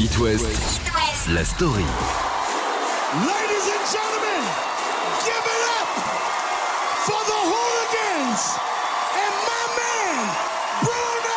It West, la story. Ladies and gentlemen, give it up for the Hooligans and my man, Bruno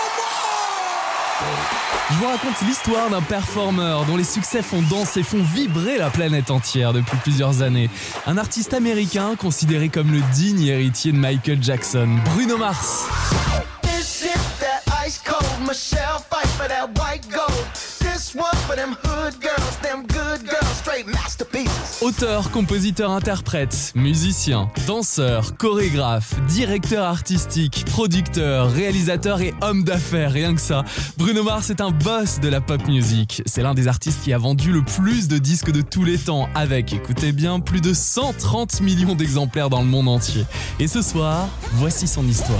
Mars! Je vous raconte l'histoire d'un performeur dont les succès font danser, font vibrer la planète entière depuis plusieurs années. Un artiste américain considéré comme le digne héritier de Michael Jackson, Bruno Mars. This is that ice cold Michelle fight for that white gold. This one for them hood girls, them good girls, straight masterpieces. Auteur, compositeur, interprète, musicien, danseur, chorégraphe, directeur artistique, producteur, réalisateur et homme d'affaires, rien que ça. Bruno Mars est un boss de la pop music. C'est l'un des artistes qui a vendu le plus de disques de tous les temps, avec, écoutez bien, plus de 130 millions d'exemplaires dans le monde entier. Et ce soir, voici son histoire.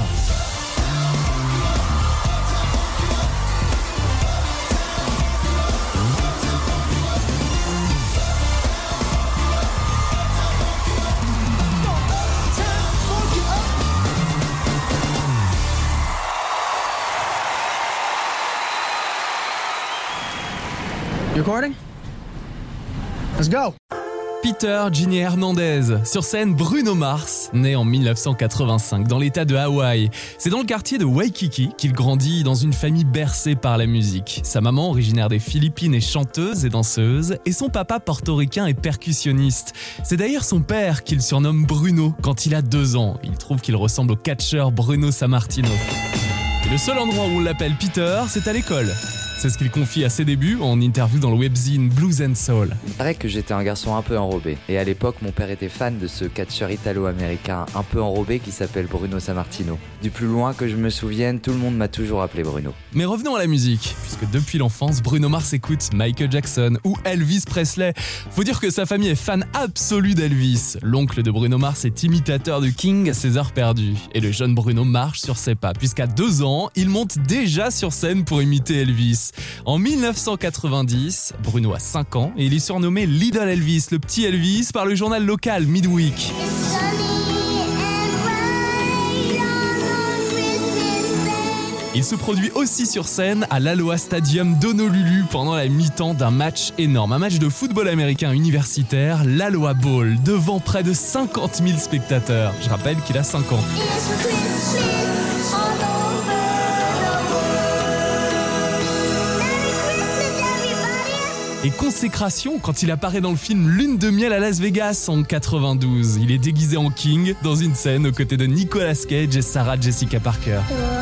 Recording? Let's go! Peter Ginny Hernandez. Sur scène, Bruno Mars, né en 1985 dans l'état de Hawaï. C'est dans le quartier de Waikiki qu'il grandit dans une famille bercée par la musique. Sa maman, originaire des Philippines, est chanteuse et danseuse, et son papa, portoricain, est percussionniste. C'est d'ailleurs son père qu'il surnomme Bruno quand il a 2 ans. Il trouve qu'il ressemble au catcheur Bruno Sammartino. Et le seul endroit où on l'appelle Peter, c'est à l'école. C'est ce qu'il confie à ses débuts en interview dans le webzine Blues and Soul. Il paraît que j'étais un garçon un peu enrobé. Et à l'époque, mon père était fan de ce catcheur italo-américain un peu enrobé qui s'appelle Bruno Sammartino. Du plus loin que je me souvienne, tout le monde m'a toujours appelé Bruno. Mais revenons à la musique, puisque depuis l'enfance, Bruno Mars écoute Michael Jackson ou Elvis Presley. Faut dire que sa famille est fan absolue d'Elvis. L'oncle de Bruno Mars est imitateur du King à ses heures perdues. Et le jeune Bruno marche sur ses pas, puisqu'à 2 ans, il monte déjà sur scène pour imiter Elvis. En 1990, Bruno a 5 ans et il est surnommé Little Elvis, le petit Elvis, par le journal local Midweek. Il se produit aussi sur scène à l'Aloha Stadium d'Honolulu pendant la mi-temps d'un match énorme, un match de football américain universitaire, l'Aloha Bowl, devant près de 50 000 spectateurs. Je rappelle qu'il a 5 ans. Et consécration quand il apparaît dans le film Lune de miel à Las Vegas en 92. Il est déguisé en King dans une scène aux côtés de Nicolas Cage et Sarah Jessica Parker.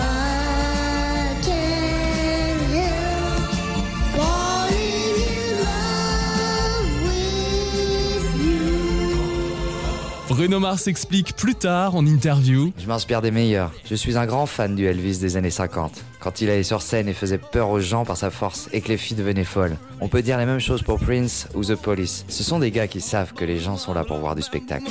Bruno Mars explique plus tard en interview: Je m'inspire des meilleurs. Je suis un grand fan du Elvis des années 50. Quand il allait sur scène et faisait peur aux gens par sa force et que les filles devenaient folles. On peut dire la même chose pour Prince ou The Police. Ce sont des gars qui savent que les gens sont là pour voir du spectacle.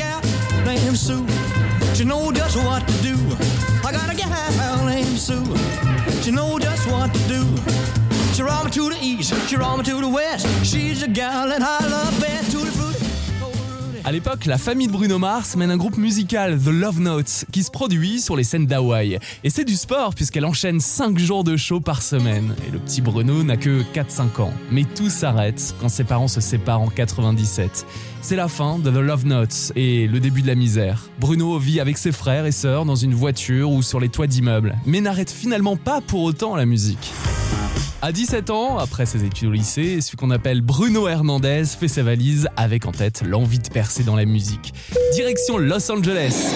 À l'époque, la famille de Bruno Mars mène un groupe musical, The Love Notes, qui se produit sur les scènes d'Hawaï. Et c'est du sport puisqu'elle enchaîne 5 jours de show par semaine. Et le petit Bruno n'a que 4-5 ans. Mais tout s'arrête quand ses parents se séparent en 97. C'est la fin de The Love Notes et le début de la misère. Bruno vit avec ses frères et sœurs dans une voiture ou sur les toits d'immeubles, mais n'arrête finalement pas pour autant la musique. À 17 ans, après ses études au lycée, celui qu'on appelle Bruno Hernandez fait ses valises avec en tête l'envie de percer dans la musique. Direction Los Angeles.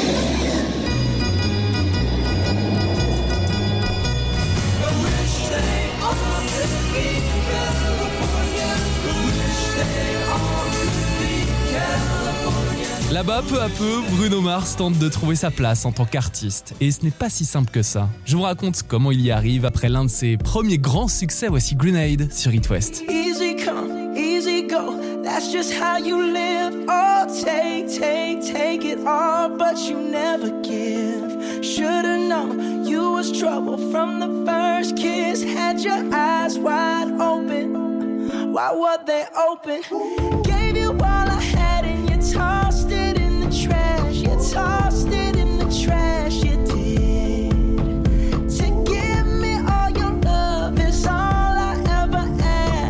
Là-bas, peu à peu, Bruno Mars tente de trouver sa place en tant qu'artiste. Et ce n'est pas si simple que ça. Je vous raconte comment il y arrive après l'un de ses premiers grands succès. Voici Grenade sur It West. Easy come, easy go, that's just how you live. Oh, take it all, but you never give. Should've known you was trouble from the first kiss. Had your eyes wide open, why were they open? Gave you all I had and you tossed it in the trash. You tossed it in the trash, you did. To give me all your love is all I ever asked.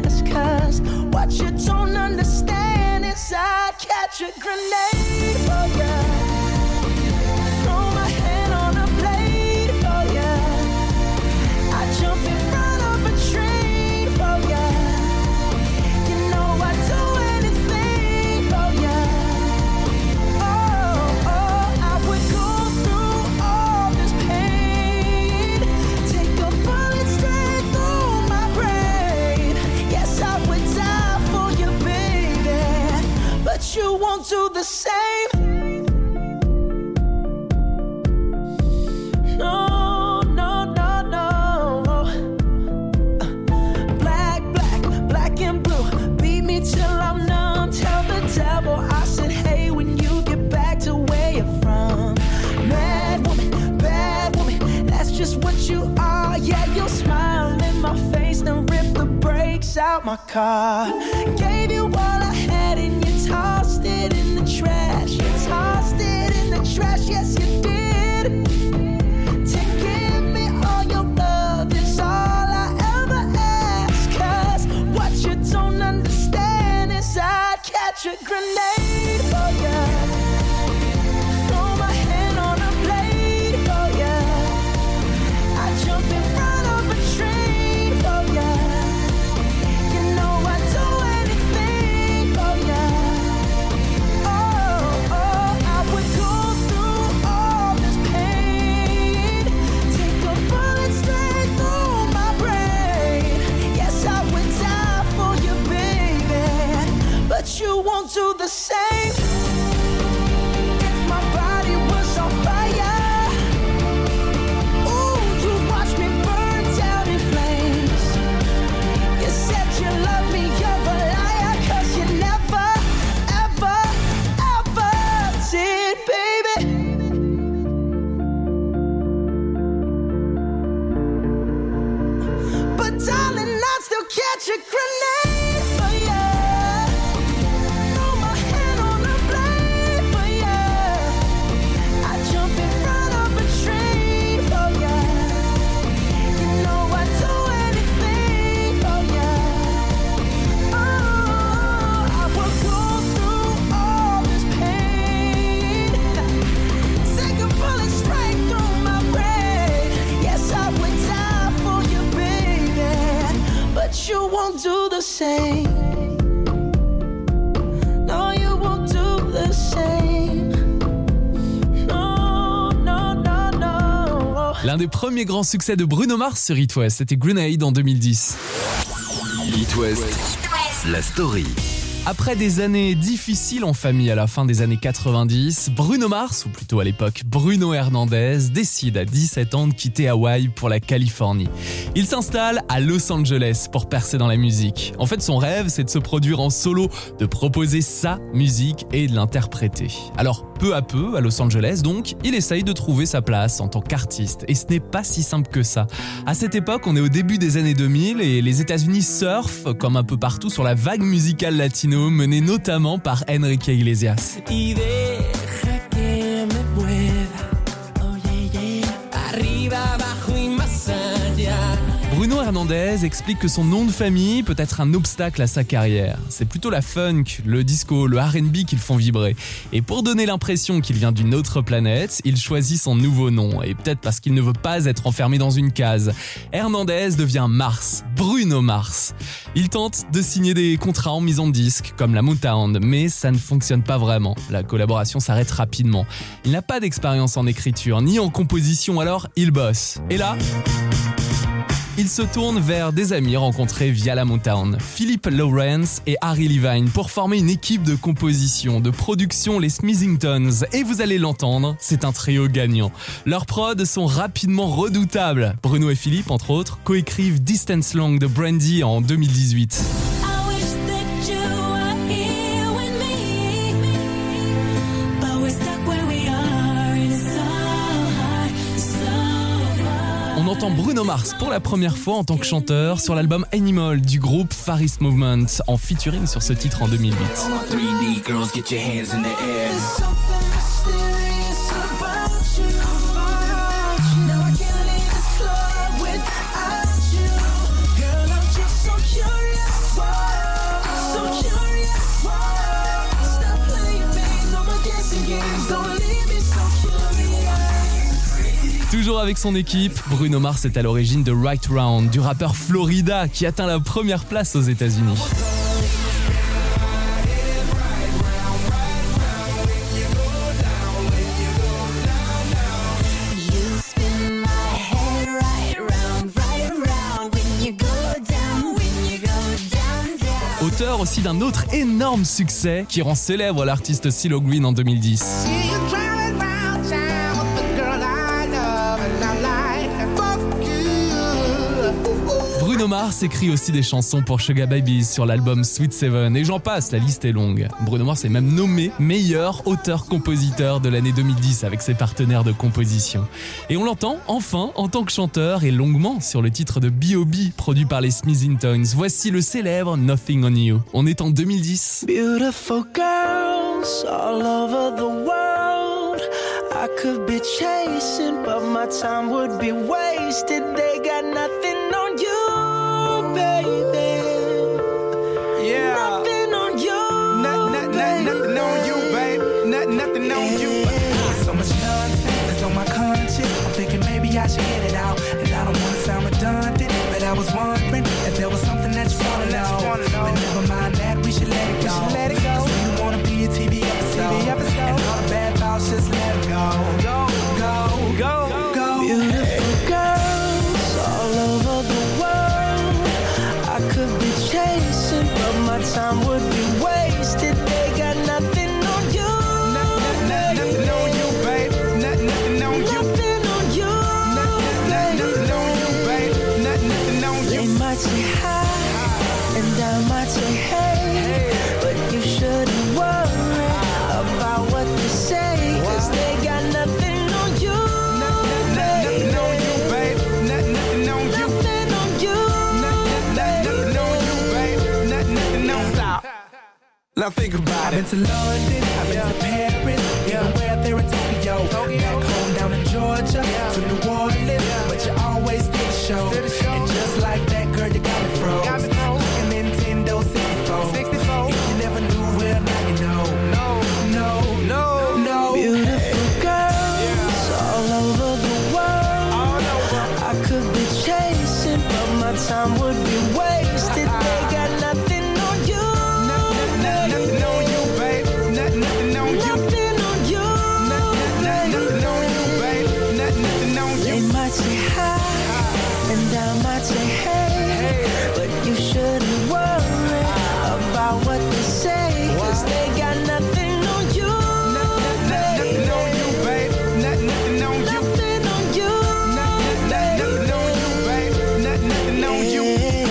the same. No, no, no, no. Black, black, black and blue. Beat me till I'm numb. Tell the devil I said, hey, when you get back to where you're from. Mad woman, bad woman, that's just what you are. Yeah, you'll smile in my face, then rip the brakes out my car. Gave you all I had and you tossed it in the trash. You tossed it in the trash, yes you did. To give me all your love is all I ever ask. 'Cause what you don't understand is I'd catch a grenade for ya. Throw my hand on a blade for ya. I jump in front of a train for ya. You know I'd do anything for ya. Oh, oh, I would go through all this pain. Take a bullet straight through my brain. Yes, I would die for you, baby. But you won't do the same. If my body was on fire, ooh, you watch me burn down in flames. You said you love me, you're a liar, 'cause you never, ever, ever did, baby. But darling, I'd still catch a grenade for ya. Throw my hand on a blade for ya. I jump in front of a train for ya. You know I'd do anything for ya. Oh, I would go through all this pain. Take a bullet straight through my brain. Yes, I would die for you, baby. But you won't do the same. No, you won't do the same. No, no, no, no. L'un des premiers grands succès de Bruno Mars sur It West, c'était Grenade en 2010. It West, la story. Après des années difficiles en famille à la fin des années 90, Bruno Mars, ou plutôt à l'époque Bruno Hernandez, décide à 17 ans de quitter Hawaï pour la Californie. Il s'installe à Los Angeles pour percer dans la musique. En fait, son rêve, c'est de se produire en solo, de proposer sa musique et de l'interpréter. Alors, peu à peu, à Los Angeles donc, il essaye de trouver sa place en tant qu'artiste. Et ce n'est pas si simple que ça. À cette époque, on est au début des années 2000 et les États-Unis surfent, comme un peu partout, sur la vague musicale latino menée notamment par Enrique Iglesias. Y deja que me mueva. Oh yeah, yeah. Arriba, abajo y más allá. Bruno Hernandez explique que son nom de famille peut être un obstacle à sa carrière. C'est plutôt la funk, le disco, le R&B qui le font vibrer. Et pour donner l'impression qu'il vient d'une autre planète, il choisit son nouveau nom. Et peut-être parce qu'il ne veut pas être enfermé dans une case. Hernandez devient Mars, Bruno Mars. Il tente de signer des contrats en maison de disque, comme la Motown, mais ça ne fonctionne pas vraiment. La collaboration s'arrête rapidement. Il n'a pas d'expérience en écriture, ni en composition, alors il bosse. Et là, il se tourne vers des amis rencontrés via la Motown, Philip Lawrence et Harry Levine, pour former une équipe de composition, de production, les Smithingtons. Et vous allez l'entendre, c'est un trio gagnant. Leurs prods sont rapidement redoutables. Bruno et Philip, entre autres, coécrivent Distance Long de Brandy en 2018. On entend Bruno Mars pour la première fois en tant que chanteur sur l'album Animal du groupe Far East Movement, en featuring sur ce titre en 2008. Toujours avec son équipe, Bruno Mars est à l'origine de Right Round, du rappeur Florida qui atteint la première place aux États-Unis. l'auteur aussi d'un autre énorme succès qui rend célèbre l'artiste CeeLo Green en 2010. Bruno Mars écrit aussi des chansons pour Sugar Babies sur l'album Sweet Seven et j'en passe, la liste est longue. Bruno Mars est même nommé meilleur auteur-compositeur de l'année 2010 avec ses partenaires de composition. Et on l'entend enfin en tant que chanteur et longuement sur le titre de B.O.B. produit par les Smithingtons. Voici le célèbre Nothing on You. On est en 2010. Beautiful girls all over the world. I could be chasing, but my time would be wasted. They got nothing on you, baby. Yeah. Nothing on you. Nothing on you, babe. Nothing on you. So much nonsense is on my conscience. I'm thinking maybe I should get it out. And I don't want to sound redundant, but I was wondering if there was something that you want to know. But never mind that, we should let it go. Cause we don't want to be a TV episode. And all the bad thoughts, just let it go. Go. Beautiful girls all over the world. I could be chasing, but my time would be wasted. They got nothing on you. Nothing on you, babe. Nothing on you. Nothing on you. Nothing on you, babe. Nothing on They you. might say hi, and I might say hey, but you shouldn't worry about what they say, cause they got nothing on you. Nothing on you, babe. Nothing on you. Nothing on you. Nothing on you, babe. Nothing on you. Now think about it. I've been to London, I've been to Paris, even where there in Tokyo. Back home down in Georgia, to New Orleans, but you always did the show. And just like that, girl, you got me froze. Like a Nintendo 64. If you never knew, well, now you know. No. Beautiful girls all over the world. I could be chasing, but my time would be wasted. They got nothing on you. Nothing on you, babe. Nothing on you. Nothing on you. Nothing on you, babe. Nothing on They you. might say hi, and I might say hey, but you shouldn't worry about what they say, cause they got nothing on you. Nothing on you, babe. Nothing on you. Nothing on you. Nothing on you, babe. Nothing on you.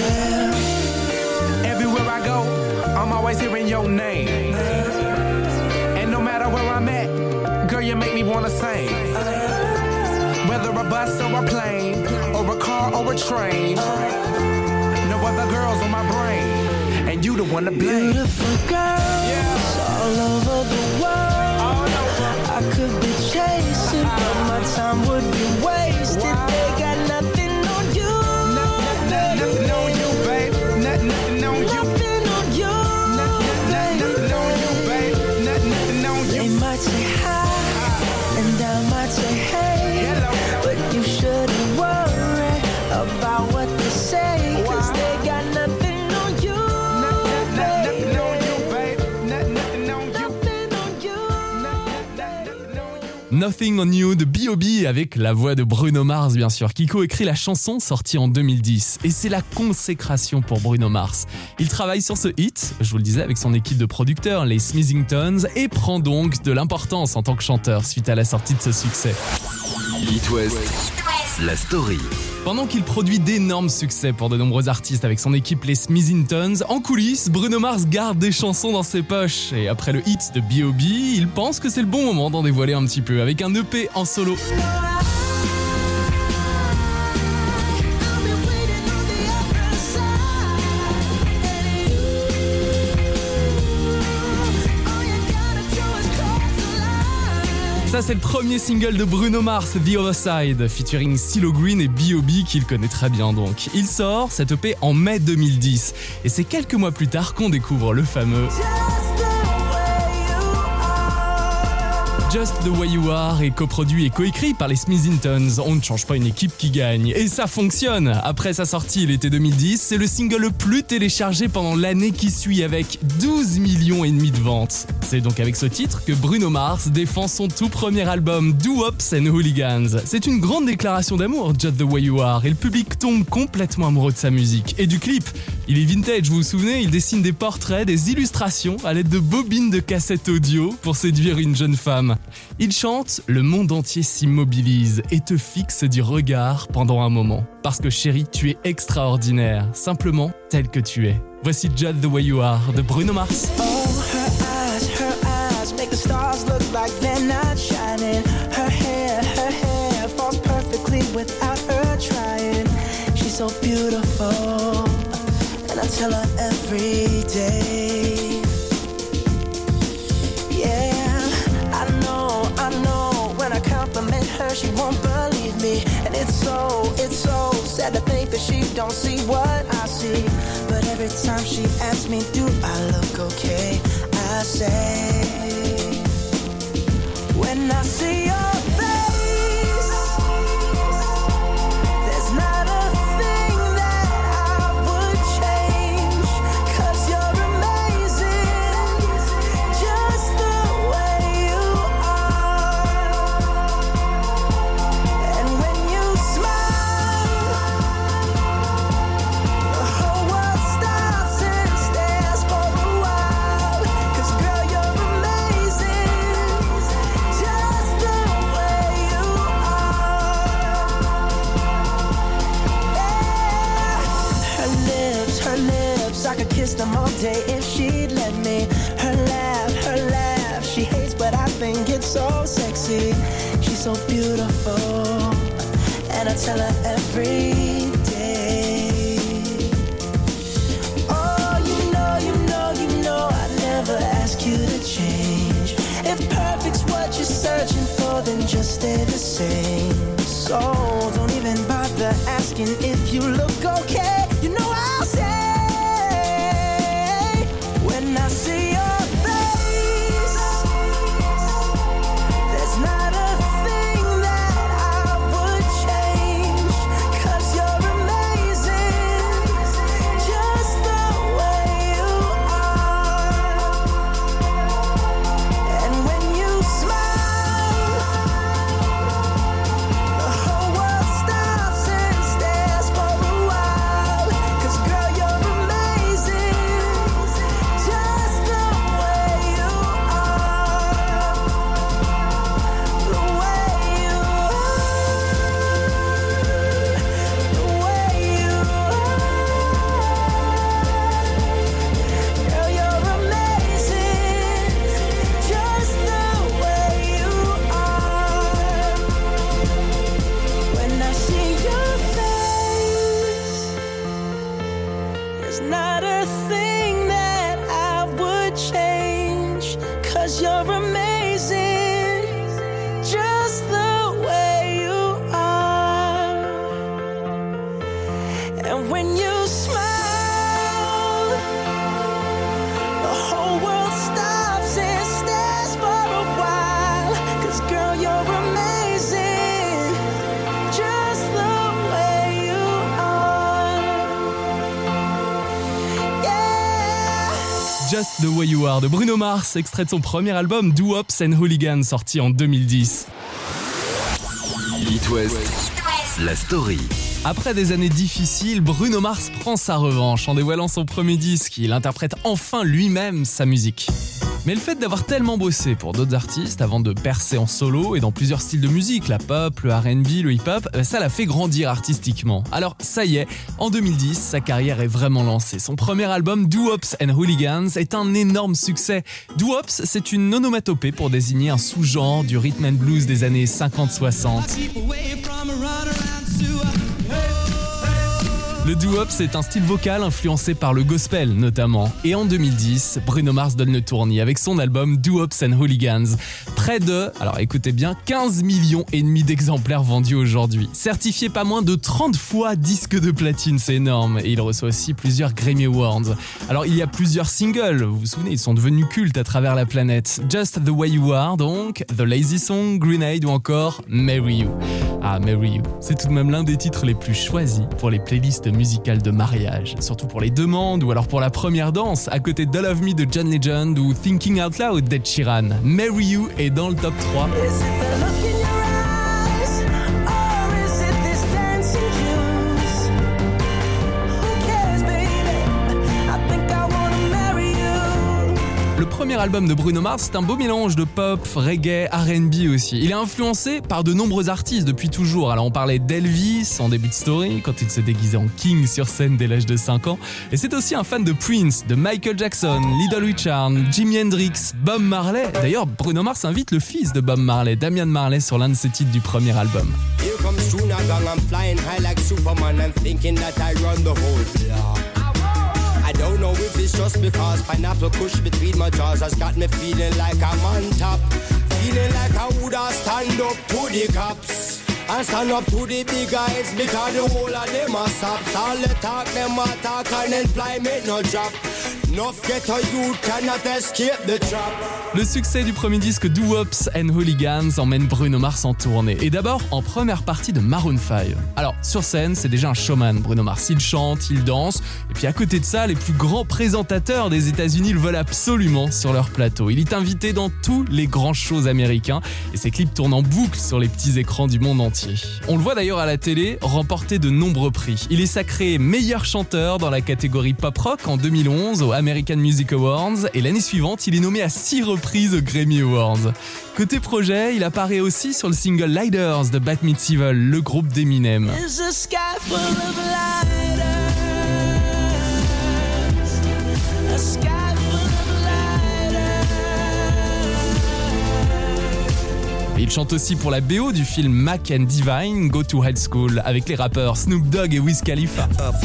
Everywhere I go, I'm always hearing your name. And no matter where I'm at, girl, you make me wanna sing. Whether a bus or a plane, or a car or a train, no other girls on my brain, and you the one to blame. Beautiful girls all over the world. I could be chasing, but my time would be wasted. They got nothing on you. Nothing on you, babe. Nothing on you. Nothing on you. Nothing on you, babe. Nothing on They you. might say hi, and I might say hey, but you shouldn't worry about what they say, cause they got nothing on you. Nothing on you, babe. Nothing on you. Nothing on you. Nothing on you. Nothing on You de B.O.B. avec la voix de Bruno Mars bien sûr. Kiko écrit la chanson sortie en 2010 et c'est la consécration pour Bruno Mars. Il travaille sur ce hit, je vous le disais, avec son équipe de producteurs, les Smithingtons, et prend donc de l'importance en tant que chanteur suite à la sortie de ce succès. It West, la story. Pendant qu'il produit d'énormes succès pour de nombreux artistes avec son équipe les Smithingtons, en coulisses, Bruno Mars garde des chansons dans ses poches. Et après le hit de B.O.B., il pense que c'est le bon moment d'en dévoiler un petit peu avec un EP en solo. Ça, c'est le premier single de Bruno Mars, The Other Side, featuring CeeLo Green et B.O.B. qu'il connaît très bien donc. Il sort cette EP en mai 2010 et c'est quelques mois plus tard qu'on découvre le fameux Just the Way You Are est coproduit et coécrit par les Smithingtons. On ne change pas une équipe qui gagne. Et ça fonctionne. Après sa sortie l'été 2010, c'est le single le plus téléchargé pendant l'année qui suit avec 12,5 millions de ventes. C'est donc avec ce titre que Bruno Mars défend son tout premier album Doo-Wops and Hooligans. C'est une grande déclaration d'amour, Just the Way You Are, et le public tombe complètement amoureux de sa musique et du clip. Il est vintage, vous vous souvenez, il dessine des portraits, des illustrations à l'aide de bobines de cassettes audio pour séduire une jeune femme. Il chante « Le monde entier s'immobilise et te fixe du regard pendant un moment. Parce que chérie, tu es extraordinaire, simplement tel que tu es. » Voici Just the Way You Are de Bruno Mars. Oh, her eyes make the stars look like they're not shining. Her hair falls perfectly without her trying. She's so beautiful, and I tell her every day. Yeah, I know, when I compliment her, she won't believe me. And it's so sad to think that she don't see what I see. But every time she asks me, do I look okay? I say, when I see your face, there's not a thing that I would change. 'Cause you're amazing, just the way you are. And when you smile, the whole world stops and stares for a while. 'Cause girl, you're amazing, just the way you are. Yeah. Her lips, I could kiss them all day if she'd let me. Her laugh, she hates but I think it's so sexy. She's so beautiful, and I tell her every day. Oh, you know, I never ask you to change. If perfect's what you're searching for, then just stay the same. So don't even bother asking if you look okay. You know I'll say, when I see your face, there's not a thing that I would change. 'Cause you're amazing, just the way you are. And when you smile, the whole world stops and stares for a while. 'Cause girl, you're amazing, just the way you are. The way you are. The way you are. Girl, you're amazing, just the way you are. When I see your face, there's not a thing that I would change. 'Cause you're amazing, just the way you are. And when you smile, the whole world stops and stares for a while. 'Cause girl, you're amazing, just the way you are. Yeah. Just the Way You Are de Bruno Mars, extrait de son premier album Do Wops and Hooligans sorti en 2010. It West, la story. Après des années difficiles, Bruno Mars prend sa revanche en dévoilant son premier disque. Il interprète enfin lui-même sa musique. Mais le fait d'avoir tellement bossé pour d'autres artistes avant de percer en solo et dans plusieurs styles de musique, la pop, le R&B, le hip-hop, ça l'a fait grandir artistiquement. Alors ça y est, en 2010, sa carrière est vraiment lancée. Son premier album, Do Wops and Hooligans, est un énorme succès. Do Wops, c'est une onomatopée pour désigner un sous-genre du rhythm and blues des années 50-60. Le doo-wop, c'est un style vocal influencé par le gospel notamment. Et en 2010, Bruno Mars donne le tournis avec son album Doo-Wops and Hooligans. Près de, alors écoutez bien, 15 millions et demi d'exemplaires vendus aujourd'hui. Certifié pas moins de 30 fois disque de platine, c'est énorme. Et il reçoit aussi plusieurs Grammy Awards. Alors il y a plusieurs singles, vous vous souvenez, ils sont devenus cultes à travers la planète. Just the Way You Are donc, The Lazy Song, Grenade ou encore Marry You. Ah, Marry You, c'est tout de même l'un des titres les plus choisis pour les playlists musicales de mariage. Surtout pour les demandes ou alors pour la première danse, à côté de Love Me de John Legend ou Thinking Out Loud d'Ed Sheeran. Marry You est dans le top 3. Le premier album de Bruno Mars, c'est un beau mélange de pop, reggae, R&B aussi. Il est influencé par de nombreux artistes depuis toujours. Alors on parlait d'Elvis en début de story, quand il se déguisait en King sur scène dès l'âge de 5 ans. Et c'est aussi un fan de Prince, de Michael Jackson, Little Richard, Jimi Hendrix, Bob Marley. D'ailleurs, Bruno Mars invite le fils de Bob Marley, Damian Marley, sur l'un de ses titres du premier album. Here comes Junior Gang, I'm flying high like Superman and thinking that I run the whole block. I don't know if it's just because pineapple kush between my jaws has got me feeling like I'm on top. Feeling like I woulda stand up to the cops and stand up to the big guys because the whole of them are sops. All the talk, them a talk and employment no drop. Enough ghetto youth cannot escape the trap. Le succès du premier disque Do Wops and Hooligans emmène Bruno Mars en tournée. Et d'abord en première partie de Maroon 5. Alors sur scène, c'est déjà un showman, Bruno Mars. Il chante, il danse. Et puis à côté de ça, les plus grands présentateurs des États-Unis le veulent absolument sur leur plateau. Il est invité dans tous les grands shows américains. Et ses clips tournent en boucle sur les petits écrans du monde entier. On le voit d'ailleurs à la télé remporter de nombreux prix. Il est sacré meilleur chanteur dans la catégorie pop rock en 2011 au American Music Awards et l'année suivante, il est nommé à 6 reprises aux Grammy Awards. Côté projet, il apparaît aussi sur le single Lighters de Bat Meets Evil, le groupe d'Eminem. Et il chante aussi pour la BO du film Mac and Divine, Go to High School, avec les rappeurs Snoop Dogg et Wiz Khalifa.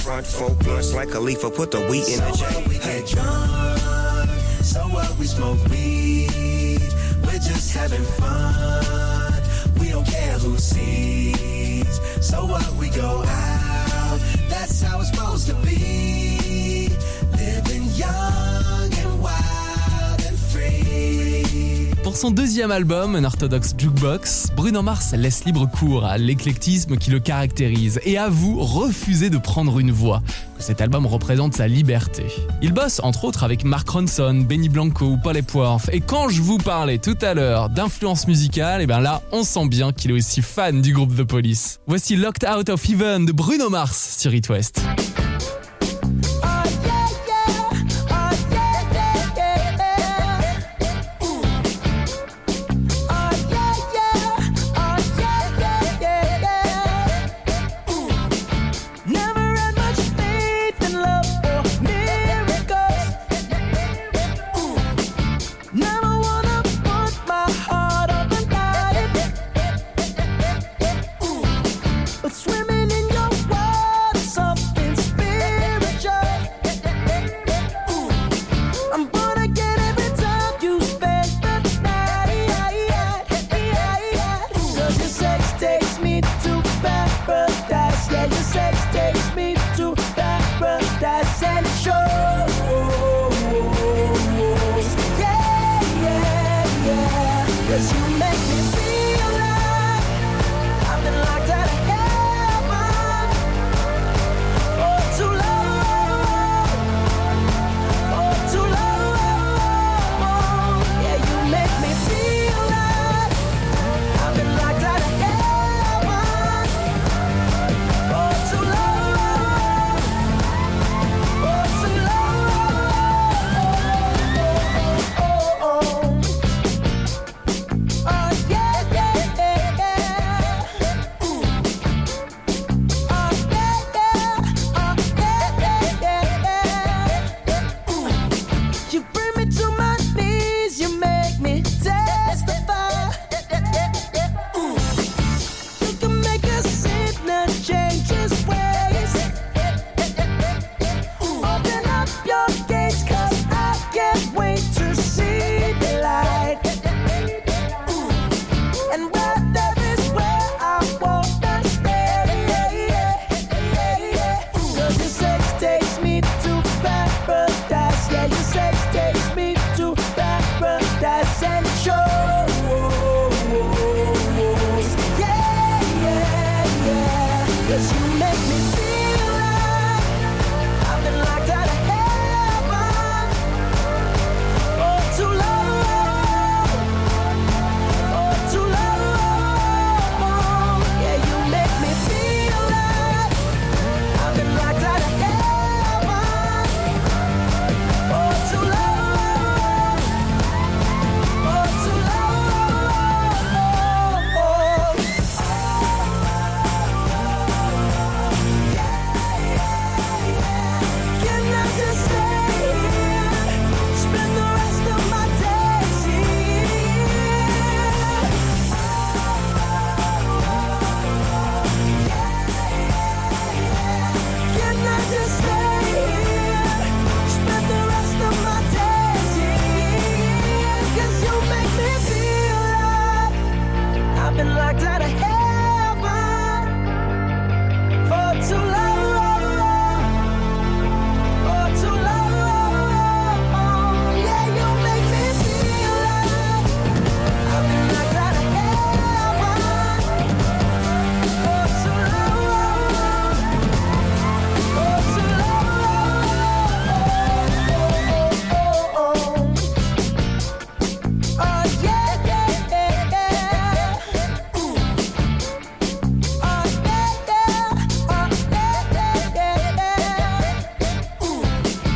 Pour son deuxième album, Unorthodox Jukebox, Bruno Mars laisse libre cours à l'éclectisme qui le caractérise et avoue refuser de prendre une voix, que cet album représente sa liberté. Il bosse entre autres avec Mark Ronson, Benny Blanco ou Paul Epworth, et quand je vous parlais tout à l'heure d'influence musicale, et bien là, on sent bien qu'il est aussi fan du groupe The Police. Voici Locked Out of Heaven de Bruno Mars sur It West. Swimming in your water, something special.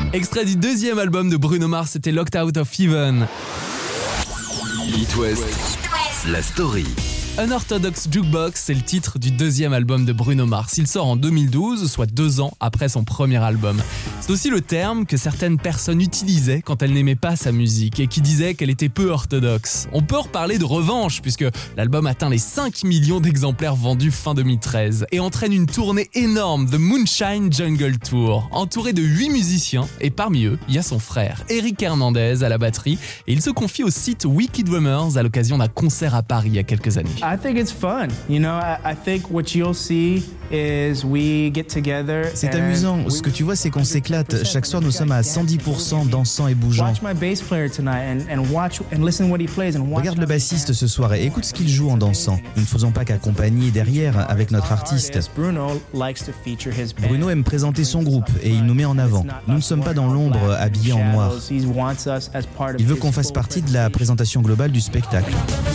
Extrait du deuxième album de Bruno Mars, c'était Locked Out of Heaven. It West, la story. Unorthodox Jukebox, c'est le titre du deuxième album de Bruno Mars. Il sort en 2012, soit 2 ans après son premier album. C'est aussi le terme que certaines personnes utilisaient quand elles n'aimaient pas sa musique et qui disaient qu'elle était peu orthodoxe. On peut reparler de revanche puisque l'album atteint les 5 millions d'exemplaires vendus fin 2013 et entraîne une tournée énorme, The Moonshine Jungle Tour, entouré de 8 musiciens et parmi eux, il y a son frère, Eric Hernandez à la batterie et il se confie au site Wicked Rumors à l'occasion d'un concert à Paris il y a quelques années. I think it's fun. You know, I think what you'll see is we get together. C'est amusant. Ce que tu vois, c'est qu'on s'éclate. Chaque soir, nous sommes à 110% dansant et bougeant. Watch my bass player tonight and watch and listen what he plays and watch. Regarde le bassiste ce soir et écoute ce qu'il joue en dansant. Nous ne faisons pas qu'accompagner derrière avec notre artiste. Bruno aime présenter son groupe et il nous met en avant. Nous ne sommes pas dans l'ombre habillés en noir. Il veut qu'on fasse partie de la présentation globale du spectacle.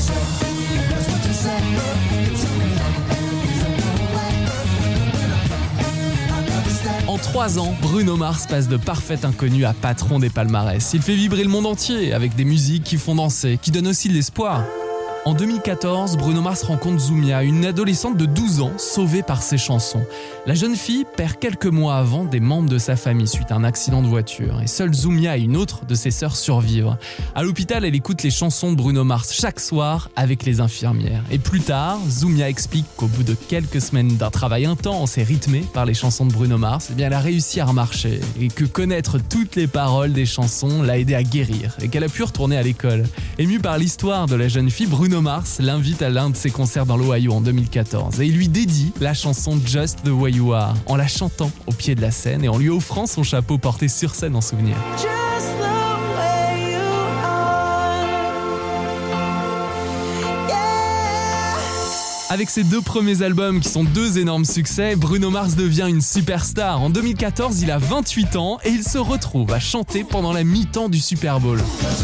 En 3 ans, Bruno Mars passe de parfait inconnu à patron des palmarès. Il fait vibrer le monde entier avec des musiques qui font danser, qui donnent aussi de l'espoir. En 2014, Bruno Mars rencontre Zoumia, une adolescente de 12 ans sauvée par ses chansons. La jeune fille perd quelques mois avant des membres de sa famille suite à un accident de voiture. Et seule Zoumia et une autre de ses sœurs survivent. À l'hôpital, elle écoute les chansons de Bruno Mars chaque soir avec les infirmières. Et plus tard, Zoumia explique qu'au bout de quelques semaines d'un travail intense et rythmé par les chansons de Bruno Mars, eh bien, elle a réussi à remarcher. Et que connaître toutes les paroles des chansons l'a aidée à guérir. Et qu'elle a pu retourner à l'école. Émue par l'histoire de la jeune fille, Bruno Mars l'invite à l'un de ses concerts dans l'Ohio en 2014 et il lui dédie la chanson Just the Way You Are en la chantant au pied de la scène et en lui offrant son chapeau porté sur scène en souvenir. Avec ses 2 premiers albums qui sont 2 énormes succès, Bruno Mars devient une superstar. En 2014, il a 28 ans et il se retrouve à chanter pendant la mi-temps du Super Bowl.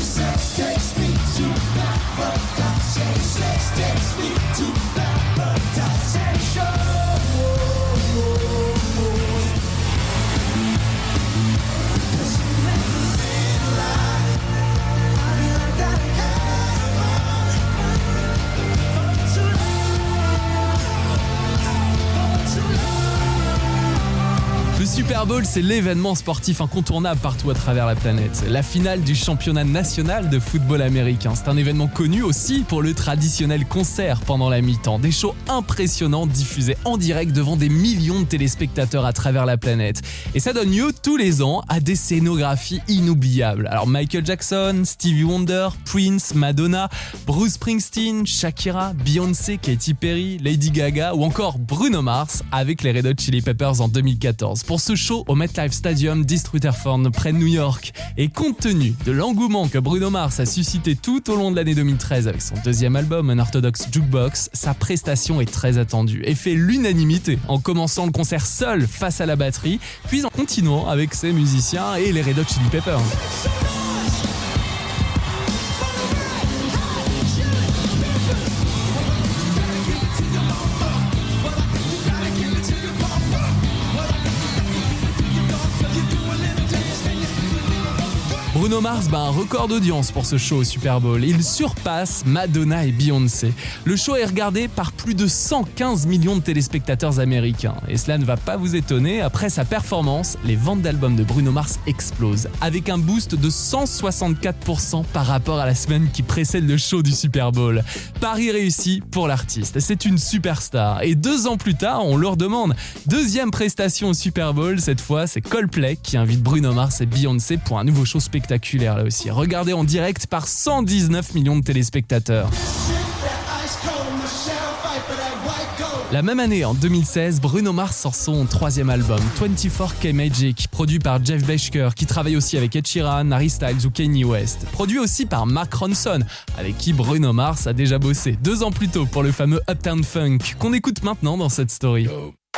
Le Super Bowl, c'est l'événement sportif incontournable partout à travers la planète. La finale du championnat national de football américain. C'est un événement connu aussi pour le traditionnel concert pendant la mi-temps. Des shows impressionnants diffusés en direct devant des millions de téléspectateurs à travers la planète. Et ça donne lieu tous les ans à des scénographies inoubliables. Alors Michael Jackson, Stevie Wonder, Prince, Madonna, Bruce Springsteen, Shakira, Beyoncé, Katy Perry, Lady Gaga ou encore Bruno Mars avec les Red Hot Chili Peppers en 2014. Pour ce show au MetLife Stadium d'East Rutherford près de New York. Et compte tenu de l'engouement que Bruno Mars a suscité tout au long de l'année 2013 avec son deuxième album Unorthodox Jukebox, sa prestation est très attendue et fait l'unanimité en commençant le concert seul face à la batterie, puis en continuant avec ses musiciens et les Red Hot Chili Peppers. Bruno Mars bat un record d'audience pour ce show au Super Bowl. Il surpasse Madonna et Beyoncé. Le show est regardé par plus de 115 millions de téléspectateurs américains. Et cela ne va pas vous étonner, après sa performance, les ventes d'albums de Bruno Mars explosent, avec un boost de 164% par rapport à la semaine qui précède le show du Super Bowl. Pari réussi pour l'artiste. C'est une superstar. Et 2 ans plus tard, on leur demande. Deuxième prestation au Super Bowl, cette fois, c'est Coldplay qui invite Bruno Mars et Beyoncé pour un nouveau show spectaculaire là aussi, regardé en direct par 119 millions de téléspectateurs. La même année, en 2016, Bruno Mars sort son 3e album, 24K Magic, produit par Jeff Becker, qui travaille aussi avec Ed Sheeran, Harry Styles ou Kanye West. Produit aussi par Mark Ronson, avec qui Bruno Mars a déjà bossé 2 ans plus tôt pour le fameux Uptown Funk, qu'on écoute maintenant dans cette story.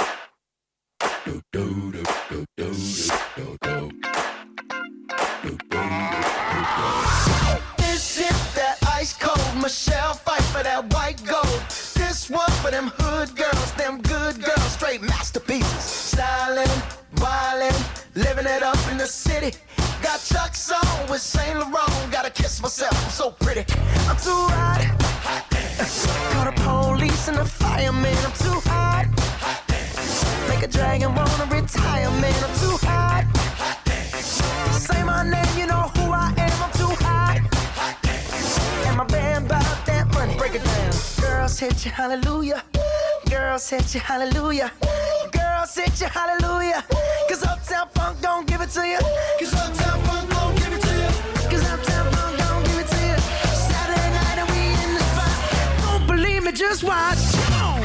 This is that ice cold Michelle fight for that white gold. This one for them hood girls, them good girls, straight masterpieces. Stylin', wildin', living living it up in the city. Got Chuck's on with Saint Laurent. Gotta kiss myself, I'm so pretty. I'm too hot. Call the police and the fireman. I'm too hot. Make a dragon wanna retire, man. I'm too hot. Say my name, you know who I am. I'm too hot. And my band bought that money. Break it down. Girls hit you, hallelujah. Girls hit you, hallelujah. Girls hit you, hallelujah. Cause Uptown Funk don't give it to you. Cause Uptown Funk don't give it to you. Cause Uptown Funk don't give it to you. Saturday night and we in the spot. Don't believe me, just watch. Come on.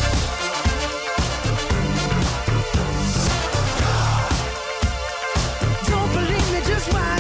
Don't believe me, just watch.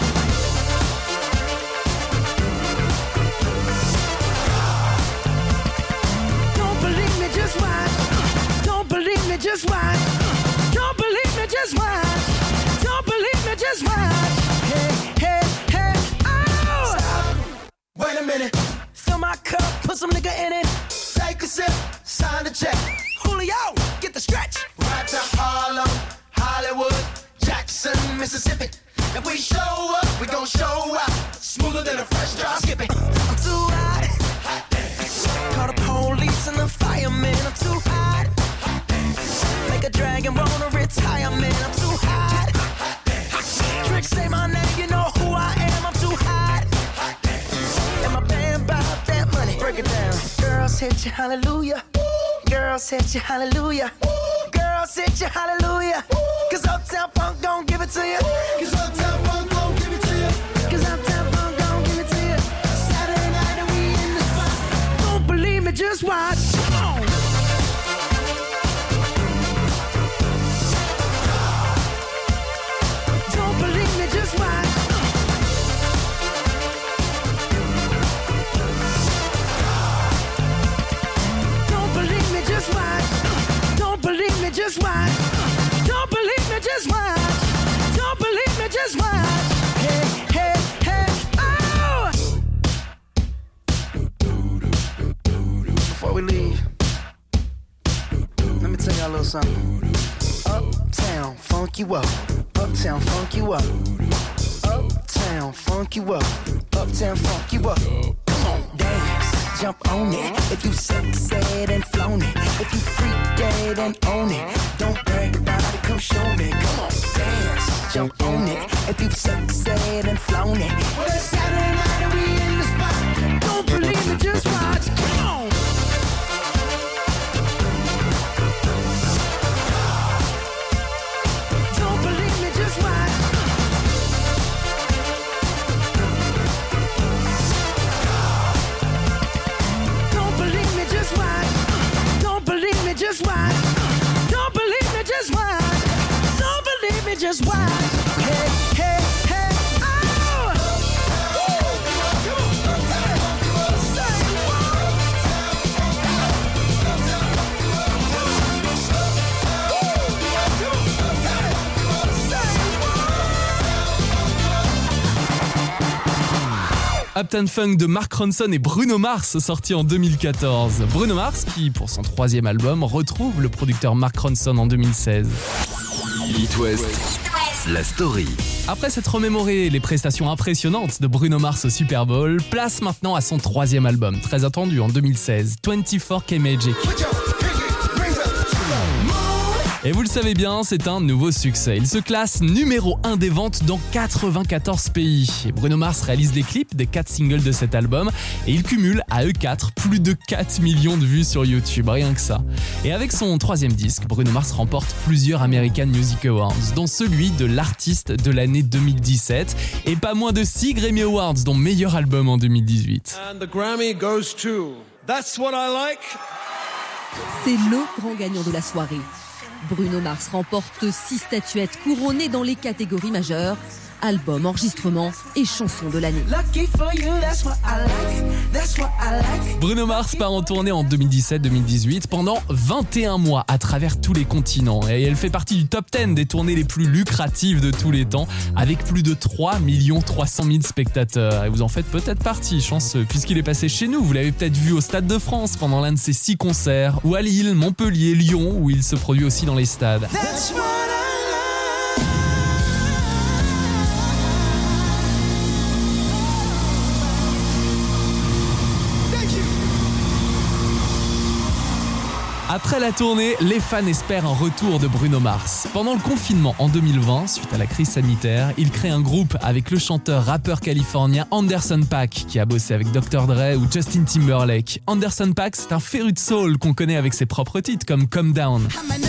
Don't believe me, just watch. Don't believe me, just watch. Don't believe me, just watch. Don't believe me, just watch. Hey, hey, hey, oh! Stop. Wait a minute. Fill my cup, put some nigga in it. Take a sip, sign the check. Julio, get the stretch. Right to Harlem, Hollywood, Jackson, Mississippi. If we show up, we gon' show out. Smoother than a fresh drop skipping. I'm too hot. Call the police and the fireman. I'm too hot. Make a dragon wanna retire, man. I'm too hot. Trick, say my name, you know who I am. I'm too hot. And my band bought that money. Break it down. Girls hit you, hallelujah. Girls hit you, hallelujah. Girls hit you, hallelujah. Cause Uptown Funk don't give it to you. Cause Uptown Funk don't give it to you. Cause Uptown Funk don't give it to you. Saturday night and we in the spot. Don't believe me, just watch. Come on. Don't believe me, just watch. Don't believe me, just watch. Don't believe me, just watch. Don't believe me, just watch. Don't believe me, just watch. Hey, hey, hey, oh! Before we leave, let me tell y'all a little something. Uptown, funk you up. Uptown, funk you up. Uptown, funk you up. Uptown, funk you up. Come on, dance, jump on it. If you sexed and flown it. If you freak dead and own it. Don't brag about it, come show me. Come on, dance, jump on it. If you sexed and flown it. Well, it's Saturday night and we in the spot. Don't believe me, just watch. Come on. Don't believe me, just watch. Don't believe me, just watch. Don't believe me, just watch. Don't believe me, just watch. Don't believe me, just watch. Hey, hey, hey, oh! Uptown Funk de Mark Ronson et Bruno Mars, sorti en 2014. Bruno Mars qui, pour son 3e album, retrouve le producteur Mark Ronson en 2016. It West, la story. Après s'être remémoré les prestations impressionnantes de Bruno Mars au Super Bowl, place maintenant à son 3e album, très attendu en 2016, 24K Magic. Et vous le savez bien, c'est un nouveau succès. Il se classe numéro 1 des ventes dans 94 pays. Et Bruno Mars réalise les clips des 4 singles de cet album et il cumule à eux 4 plus de 4 millions de vues sur YouTube, rien que ça. Et avec son 3e disque, Bruno Mars remporte plusieurs American Music Awards, dont celui de l'artiste de l'année 2017 et pas moins de 6 Grammy Awards, dont meilleur album en 2018. And the Grammy goes to That's What I Like. C'est le grand gagnant de la soirée. Bruno Mars remporte 6 statuettes couronnées dans les catégories majeures, album, enregistrement et chanson de l'année. Bruno Mars part en tournée en 2017-2018 pendant 21 mois à travers tous les continents et elle fait partie du top 10 des tournées les plus lucratives de tous les temps avec plus de 3 300 000 spectateurs. Et vous en faites peut-être partie, chanceux, puisqu'il est passé chez nous. Vous l'avez peut-être vu au Stade de France pendant l'un de ses 6 concerts, ou à Lille, Montpellier, Lyon, où il se produit aussi dans les stades. Après la tournée, les fans espèrent un retour de Bruno Mars. Pendant le confinement en 2020, suite à la crise sanitaire, il crée un groupe avec le chanteur-rappeur californien Anderson .Paak, qui a bossé avec Dr. Dre ou Justin Timberlake. Anderson .Paak, c'est un féru de soul qu'on connaît avec ses propres titres comme Calm Down.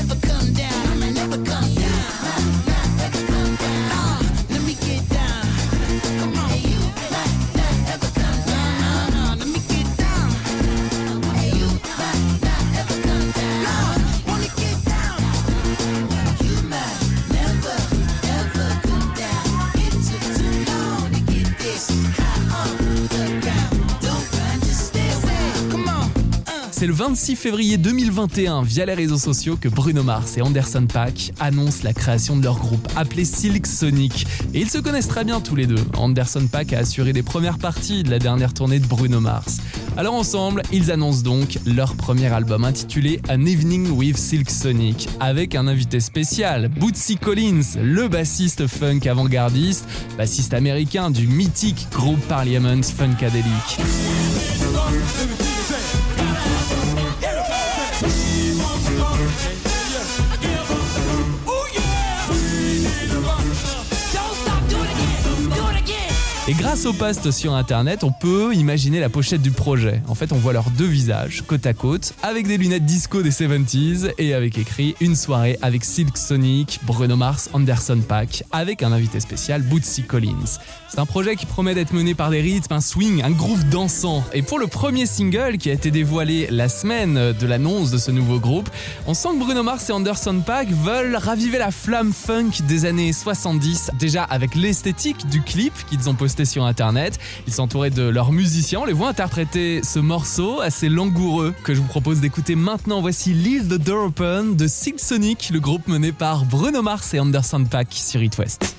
C'est le 26 février 2021, via les réseaux sociaux, que Bruno Mars et Anderson .Paak annoncent la création de leur groupe, appelé Silk Sonic. Et ils se connaissent très bien tous les deux. Anderson .Paak a assuré les premières parties de la dernière tournée de Bruno Mars. Alors ensemble, ils annoncent donc leur premier album intitulé An Evening with Silk Sonic, avec un invité spécial, Bootsy Collins, le bassiste funk avant-gardiste, bassiste américain du mythique groupe Parliament Funkadelic. Et grâce au post sur internet, on peut imaginer la pochette du projet. En fait, on voit leurs deux visages, côte à côte, avec des lunettes disco des 70s et avec écrit « Une soirée avec Silk Sonic, Bruno Mars, Anderson .Paak » avec un invité spécial, Bootsy Collins. C'est un projet qui promet d'être mené par des rythmes, un swing, un groove dansant. Et pour le premier single qui a été dévoilé la semaine de l'annonce de ce nouveau groupe, on sent que Bruno Mars et Anderson .Paak veulent raviver la flamme funk des années 70, déjà avec l'esthétique du clip qu'ils ont posté sur internet. Ils s'entouraient de leurs musiciens, on les voit interpréter ce morceau assez langoureux que je vous propose d'écouter maintenant. Voici Leave the Door Open de Silk Sonic, le groupe mené par Bruno Mars et Anderson .Paak sur It West.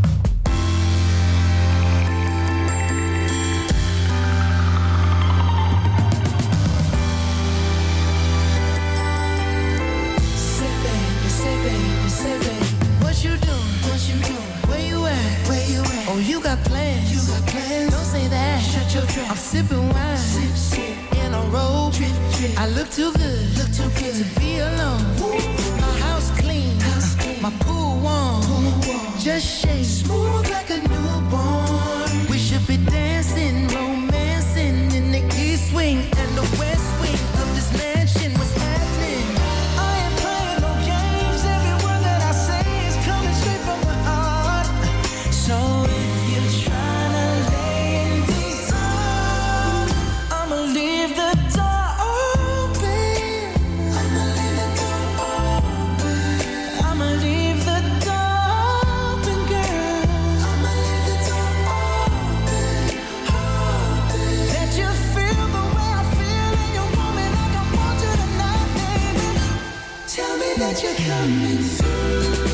I'm sipping wine in a robe. I look too good to be alone. My house clean, my pool warm. Just shake smooth like a newborn. We should be dancing, romancing in the east wing and the west wing of this mansion. What's happening? I ain't playing no games. Every word that I say is coming straight from the heart. So if you're trying to lay in these arms, I'ma leave the door open. I'ma leave the door open. I'ma leave the door open, girl. I'ma leave the door open, open. Let you feel the way I feel, and you want me like I want you tonight, baby. Tell me that you're coming through.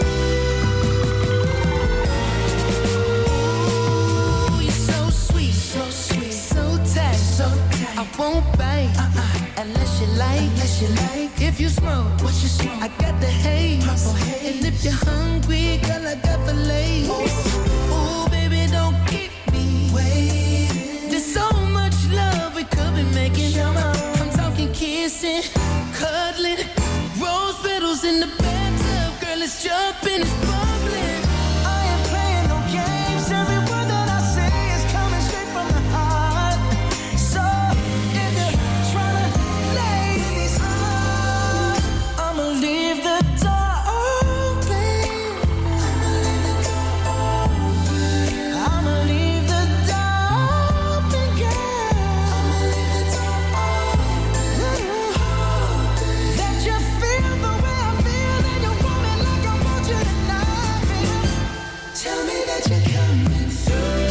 I won't bite unless you like. If you smoke, what you smoke? I got the haze. And if you're hungry, girl, I got the lace. Ooh, baby, don't keep me waiting. There's so much love we could be making. I'm talking kissing, cuddling, rose petals in the bathtub. Girl, it's jumping, it's bubbling. I ain't playing no games. Every word that I say is coming straight from the heart. So if you're trying to lay in these arms, I'ma leave the door open. I'ma leave the door open. I'ma leave the door open, girl. I'ma leave the door open. Let you feel the way I feel, and you want me like I want you tonight, baby. Tell me that you're coming through.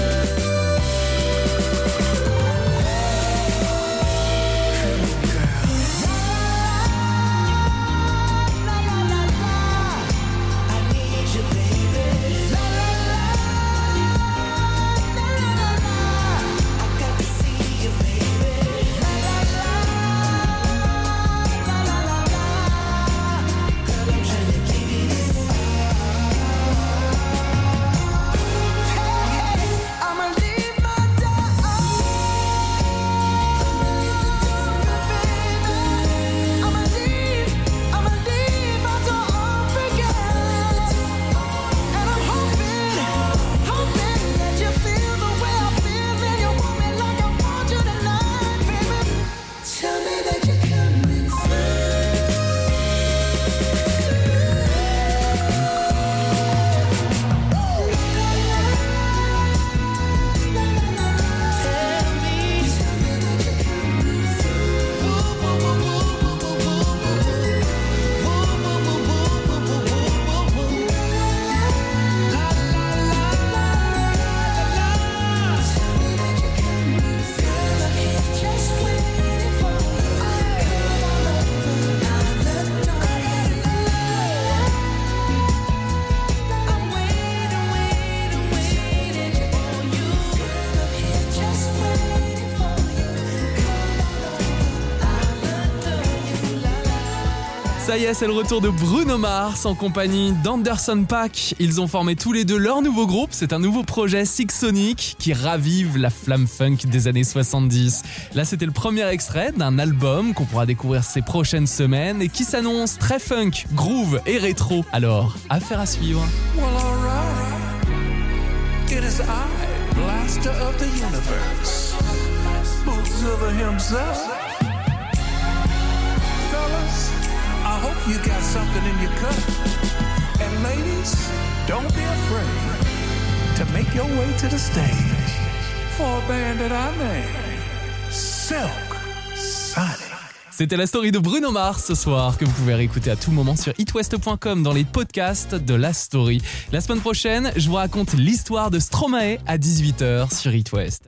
Ça y est, c'est le retour de Bruno Mars en compagnie d'Anderson .Paak. Ils ont formé tous les deux leur nouveau groupe. C'est un nouveau projet Six Sonic qui ravive la flamme funk des années 70. Là, c'était le premier extrait d'un album qu'on pourra découvrir ces prochaines semaines et qui s'annonce très funk, groove et rétro. Alors, affaire à suivre. Well, alright. It is I, Blaster of the Universe, Boozilla himself. Fellas, I hope you got something in your cup. And ladies, don't be afraid to make your way to the stage for a band that I name Silk Sonic. C'était la story de Bruno Mars ce soir que vous pouvez réécouter à tout moment sur itwest.com dans les podcasts de la story. La semaine prochaine, je vous raconte l'histoire de Stromae à 18h sur It West.